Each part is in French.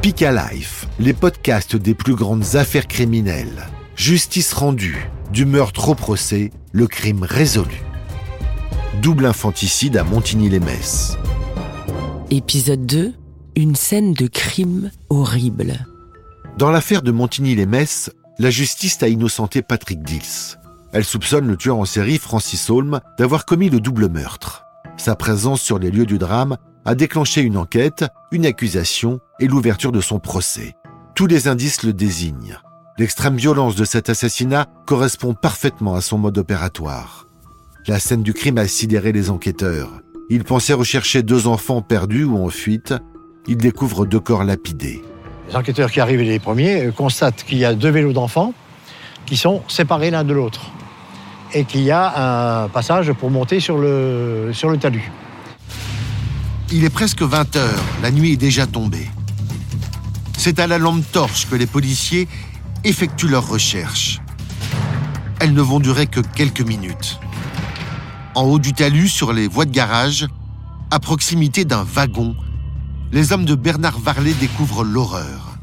Speak Alive, les podcasts des plus grandes affaires criminelles. Justice rendue, du meurtre au procès, le crime résolu. Double infanticide à Montigny-lès-Metz. Épisode 2, une scène de crime horrible. Dans l'affaire de Montigny-lès-Metz, la justice a innocenté Patrick Dils. Elle soupçonne le tueur en série Francis Holm d'avoir commis le double meurtre. Sa présence sur les lieux du drame a déclenché une enquête, une accusation et l'ouverture de son procès. Tous les indices le désignent. L'extrême violence de cet assassinat correspond parfaitement à son mode opératoire. La scène du crime a sidéré les enquêteurs. Ils pensaient rechercher 2 enfants perdus ou en fuite. Ils découvrent 2 corps lapidés. Les enquêteurs qui arrivent les premiers constatent qu'il y a 2 vélos d'enfants qui sont séparés l'un de l'autre et qu'il y a un passage pour monter sur le talus. Il est presque 20h, la nuit est déjà tombée. C'est à la lampe torche que les policiers effectuent leurs recherches. Elles ne vont durer que quelques minutes. En haut du talus, sur les voies de garage, à proximité d'un wagon, les hommes de Bernard Varlet découvrent l'horreur.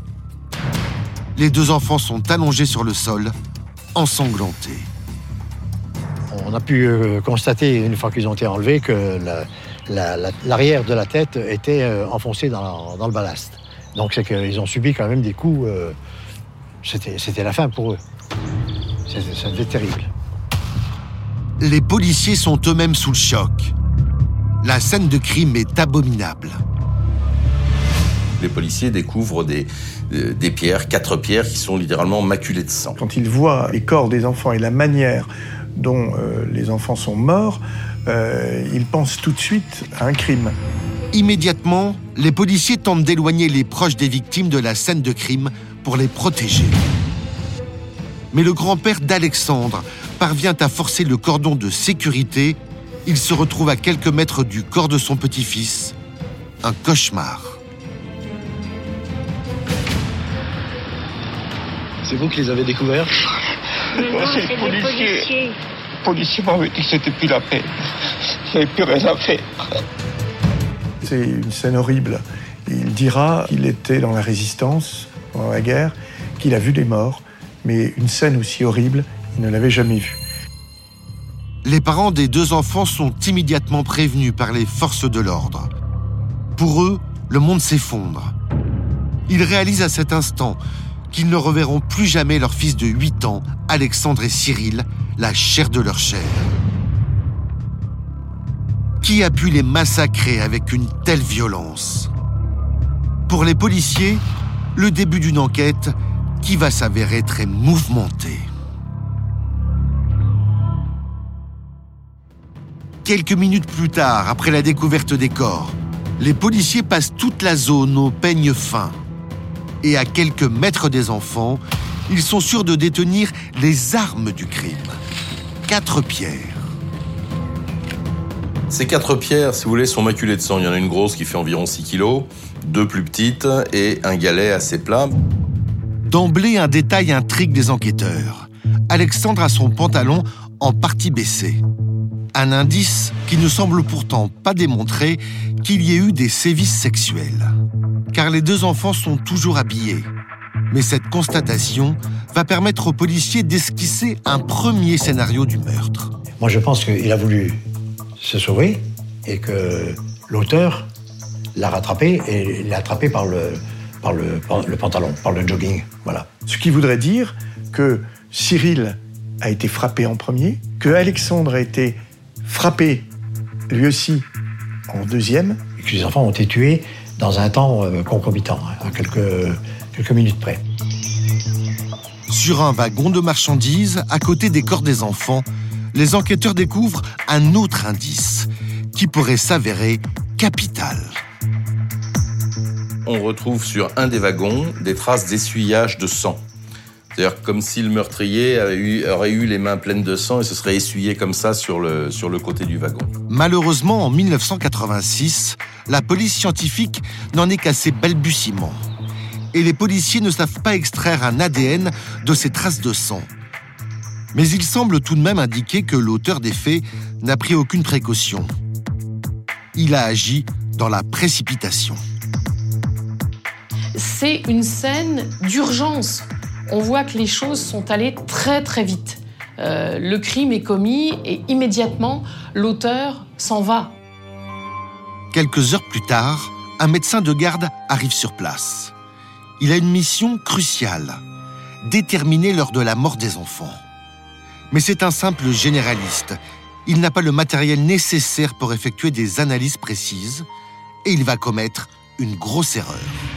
Les 2 enfants sont allongés sur le sol, ensanglantés. On a pu constater, une fois qu'ils ont été enlevés, que l'arrière de la tête était enfoncé dans le ballast. Donc c'est qu'ils ont subi quand même des coups. C'était la fin pour eux. Ça devait être terrible. Les policiers sont eux-mêmes sous le choc. La scène de crime est abominable. Les policiers découvrent des pierres, 4 pierres qui sont littéralement maculées de sang. Quand ils voient les corps des enfants et la manière dont les enfants sont morts, ils pensent tout de suite à un crime. Immédiatement, les policiers tentent d'éloigner les proches des victimes de la scène de crime pour les protéger. Mais le grand-père d'Alexandre parvient à forcer le cordon de sécurité. Il se retrouve à quelques mètres du corps de son petit-fils. Un cauchemar. C'est vous qui les avez découverts ? Non, c'est les policiers. Les policiers m'avaient dit que c'était plus la peine. Il n'y avait plus rien à faire. C'est une scène horrible. Il dira qu'il était dans la résistance, pendant la guerre, qu'il a vu les morts, mais une scène aussi horrible, il ne l'avait jamais vue. Les parents des 2 enfants sont immédiatement prévenus par les forces de l'ordre. Pour eux, le monde s'effondre. Ils réalisent à cet instant qu'ils ne reverront plus jamais leur fils de 8 ans, Alexandre et Cyril, la chair de leur chair. Qui a pu les massacrer avec une telle violence ? Pour les policiers, le début d'une enquête qui va s'avérer très mouvementée. Quelques minutes plus tard, après la découverte des corps, les policiers passent toute la zone au peigne fin. Et à quelques mètres des enfants, ils sont sûrs de détenir les armes du crime. 4 pierres. Ces 4 pierres, si vous voulez, sont maculées de sang. Il y en a une grosse qui fait environ 6 kilos, 2 plus petites et un galet assez plat. D'emblée, un détail intrigue les enquêteurs. Alexandre a son pantalon en partie baissé. Un indice qui ne semble pourtant pas démontrer qu'il y ait eu des sévices sexuels. Car les 2 enfants sont toujours habillés. Mais cette constatation va permettre aux policiers d'esquisser un premier scénario du meurtre. Moi, je pense qu'il a voulu se sauver et que l'auteur l'a rattrapé et l'a attrapé par le pantalon, par le jogging. Voilà. Ce qui voudrait dire que Cyril a été frappé en premier, que Alexandre a été frappé lui aussi en deuxième. Et que les enfants ont été tués dans un temps concomitant, à quelques minutes près. Sur un wagon de marchandises, à côté des corps des enfants, les enquêteurs découvrent un autre indice qui pourrait s'avérer capital. On retrouve sur un des wagons des traces d'essuyage de sang. C'est-à-dire comme si le meurtrier aurait eu les mains pleines de sang et se serait essuyé comme ça sur le côté du wagon. Malheureusement, en 1986, la police scientifique n'en est qu'à ses balbutiements. Et les policiers ne savent pas extraire un ADN de ces traces de sang. Mais il semble tout de même indiquer que l'auteur des faits n'a pris aucune précaution. Il a agi dans la précipitation. c'est une scène d'urgence. On voit que les choses sont allées très très vite. Le crime est commis et immédiatement, l'auteur s'en va. Quelques heures plus tard, un médecin de garde arrive sur place. Il a une mission cruciale, déterminer l'heure de la mort des enfants. Mais c'est un simple généraliste. Il n'a pas le matériel nécessaire pour effectuer des analyses précises et il va commettre une grosse erreur.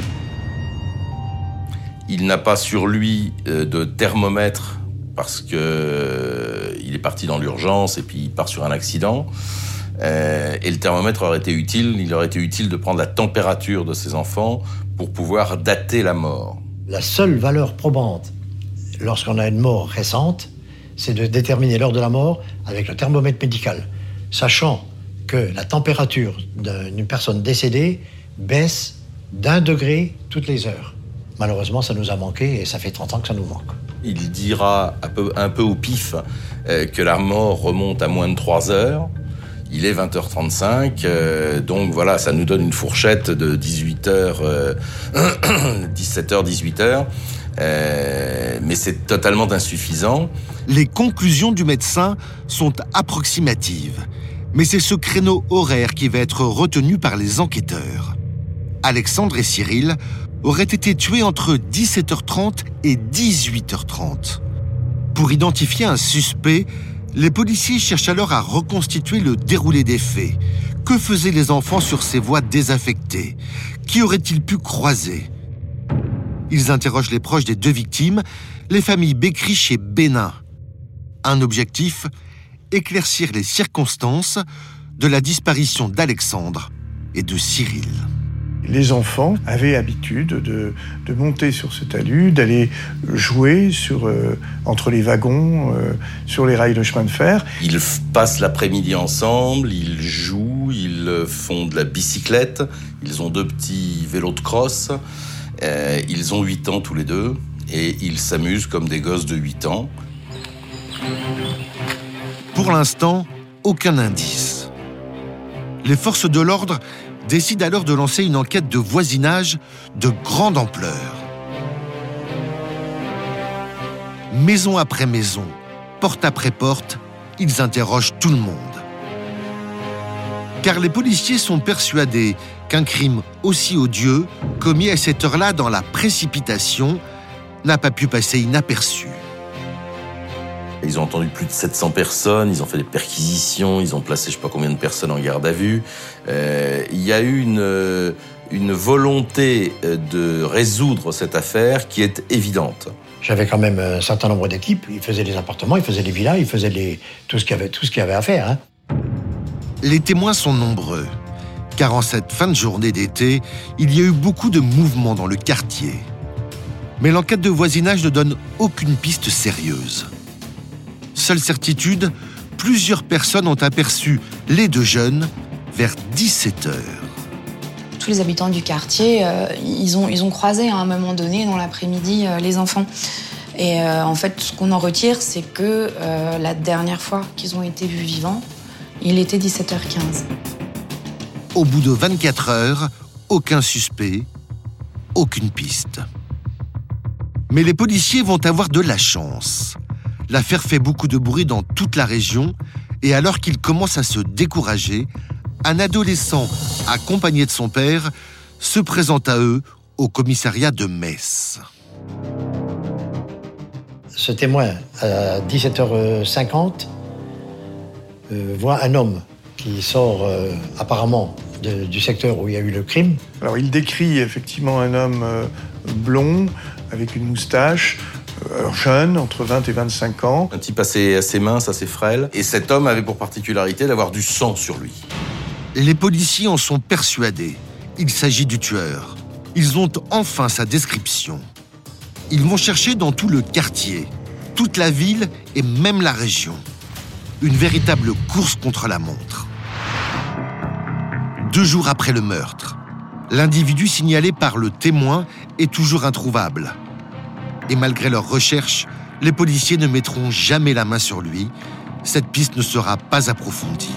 Il n'a pas sur lui de thermomètre parce qu'il est parti dans l'urgence et puis il part sur un accident. Et le thermomètre aurait été utile. Il aurait été utile de prendre la température de ses enfants pour pouvoir dater la mort. La seule valeur probante, lorsqu'on a une mort récente, c'est de déterminer l'heure de la mort avec le thermomètre médical, sachant que la température d'une personne décédée baisse d'1 degré toutes les heures. Malheureusement, ça nous a manqué et ça fait 30 ans que ça nous manque. Il dira un peu au pif que la mort remonte à moins de 3 heures. Il est 20h35, donc voilà, ça nous donne une fourchette de 18h, 17h, 18h. Mais c'est totalement insuffisant. Les conclusions du médecin sont approximatives, mais c'est ce créneau horaire qui va être retenu par les enquêteurs. Alexandre et Cyril auraient été tués entre 17h30 et 18h30. Pour identifier un suspect, les policiers cherchent alors à reconstituer le déroulé des faits. Que faisaient les enfants sur ces voies désaffectées? Qui auraient-ils pu croiser? Ils interrogent les proches des 2 victimes, les familles Bécriche et Bénin. Un objectif, éclaircir les circonstances de la disparition d'Alexandre et de Cyril. Les enfants avaient habitude de monter sur ce talus, d'aller jouer entre les wagons, sur les rails de chemin de fer. Ils passent l'après-midi ensemble, ils jouent, ils font de la bicyclette, ils ont 2 petits vélos de cross, ils ont 8 ans tous les 2 et ils s'amusent comme des gosses de 8 ans. Pour l'instant, aucun indice. Les forces de l'ordre décident alors de lancer une enquête de voisinage de grande ampleur. Maison après maison, porte après porte, ils interrogent tout le monde. Car les policiers sont persuadés qu'un crime aussi odieux, commis à cette heure-là dans la précipitation, n'a pas pu passer inaperçu. Ils ont entendu plus de 700 personnes, ils ont fait des perquisitions, ils ont placé je sais pas combien de personnes en garde à vue. Il y a eu une volonté de résoudre cette affaire qui est évidente. J'avais quand même un certain nombre d'équipes. Ils faisaient les appartements, ils faisaient les villas, ils faisaient tout ce qu'il y avait à faire. Hein. Les témoins sont nombreux, car en cette fin de journée d'été, il y a eu beaucoup de mouvements dans le quartier. Mais l'enquête de voisinage ne donne aucune piste sérieuse. Seule certitude, plusieurs personnes ont aperçu les 2 jeunes vers 17h. Tous les habitants du quartier, ils ont croisé à un moment donné dans l'après-midi les enfants. Et en fait, ce qu'on en retire, c'est que la dernière fois qu'ils ont été vus vivants, il était 17h15. Au bout de 24 heures, aucun suspect, aucune piste. Mais les policiers vont avoir de la chance. L'affaire fait beaucoup de bruit dans toute la région et alors qu'ils commencent à se décourager, un adolescent, accompagné de son père, se présente à eux au commissariat de Metz. Ce témoin, à 17h50, voit un homme qui sort apparemment du secteur où il y a eu le crime. Alors il décrit effectivement un homme blond, avec une moustache, jeune, entre 20 et 25 ans. Un type assez mince, assez frêle. Et cet homme avait pour particularité d'avoir du sang sur lui. Les policiers en sont persuadés. Il s'agit du tueur. Ils ont enfin sa description. Ils vont chercher dans tout le quartier, toute la ville et même la région. Une véritable course contre la montre. 2 jours après le meurtre, l'individu signalé par le témoin est toujours introuvable. Et malgré leurs recherches, les policiers ne mettront jamais la main sur lui. Cette piste ne sera pas approfondie.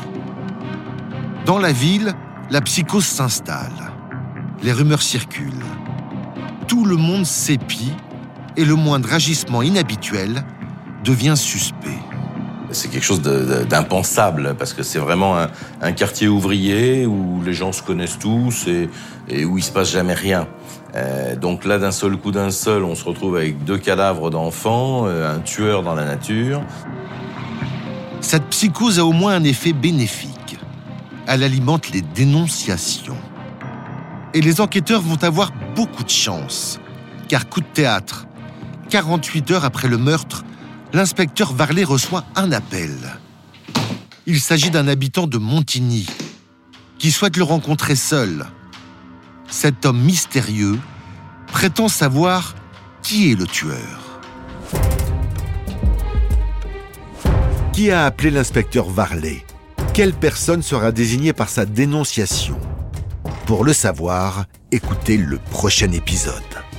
Dans la ville, la psychose s'installe. Les rumeurs circulent. tout le monde s'épie et le moindre agissement inhabituel devient suspect. C'est quelque chose d'impensable, parce que c'est vraiment un quartier ouvrier où les gens se connaissent tous et où il se passe jamais rien. Donc là, d'un seul coup, on se retrouve avec 2 cadavres d'enfants, un tueur dans la nature. Cette psychose a au moins un effet bénéfique. Elle alimente les dénonciations. Et les enquêteurs vont avoir beaucoup de chance. Car coup de théâtre, 48 heures après le meurtre, l'inspecteur Varlet reçoit un appel. Il s'agit d'un habitant de Montigny qui souhaite le rencontrer seul. Cet homme mystérieux prétend savoir qui est le tueur. Qui a appelé l'inspecteur Varlet? Quelle personne sera désignée par sa dénonciation? Pour le savoir, écoutez le prochain épisode.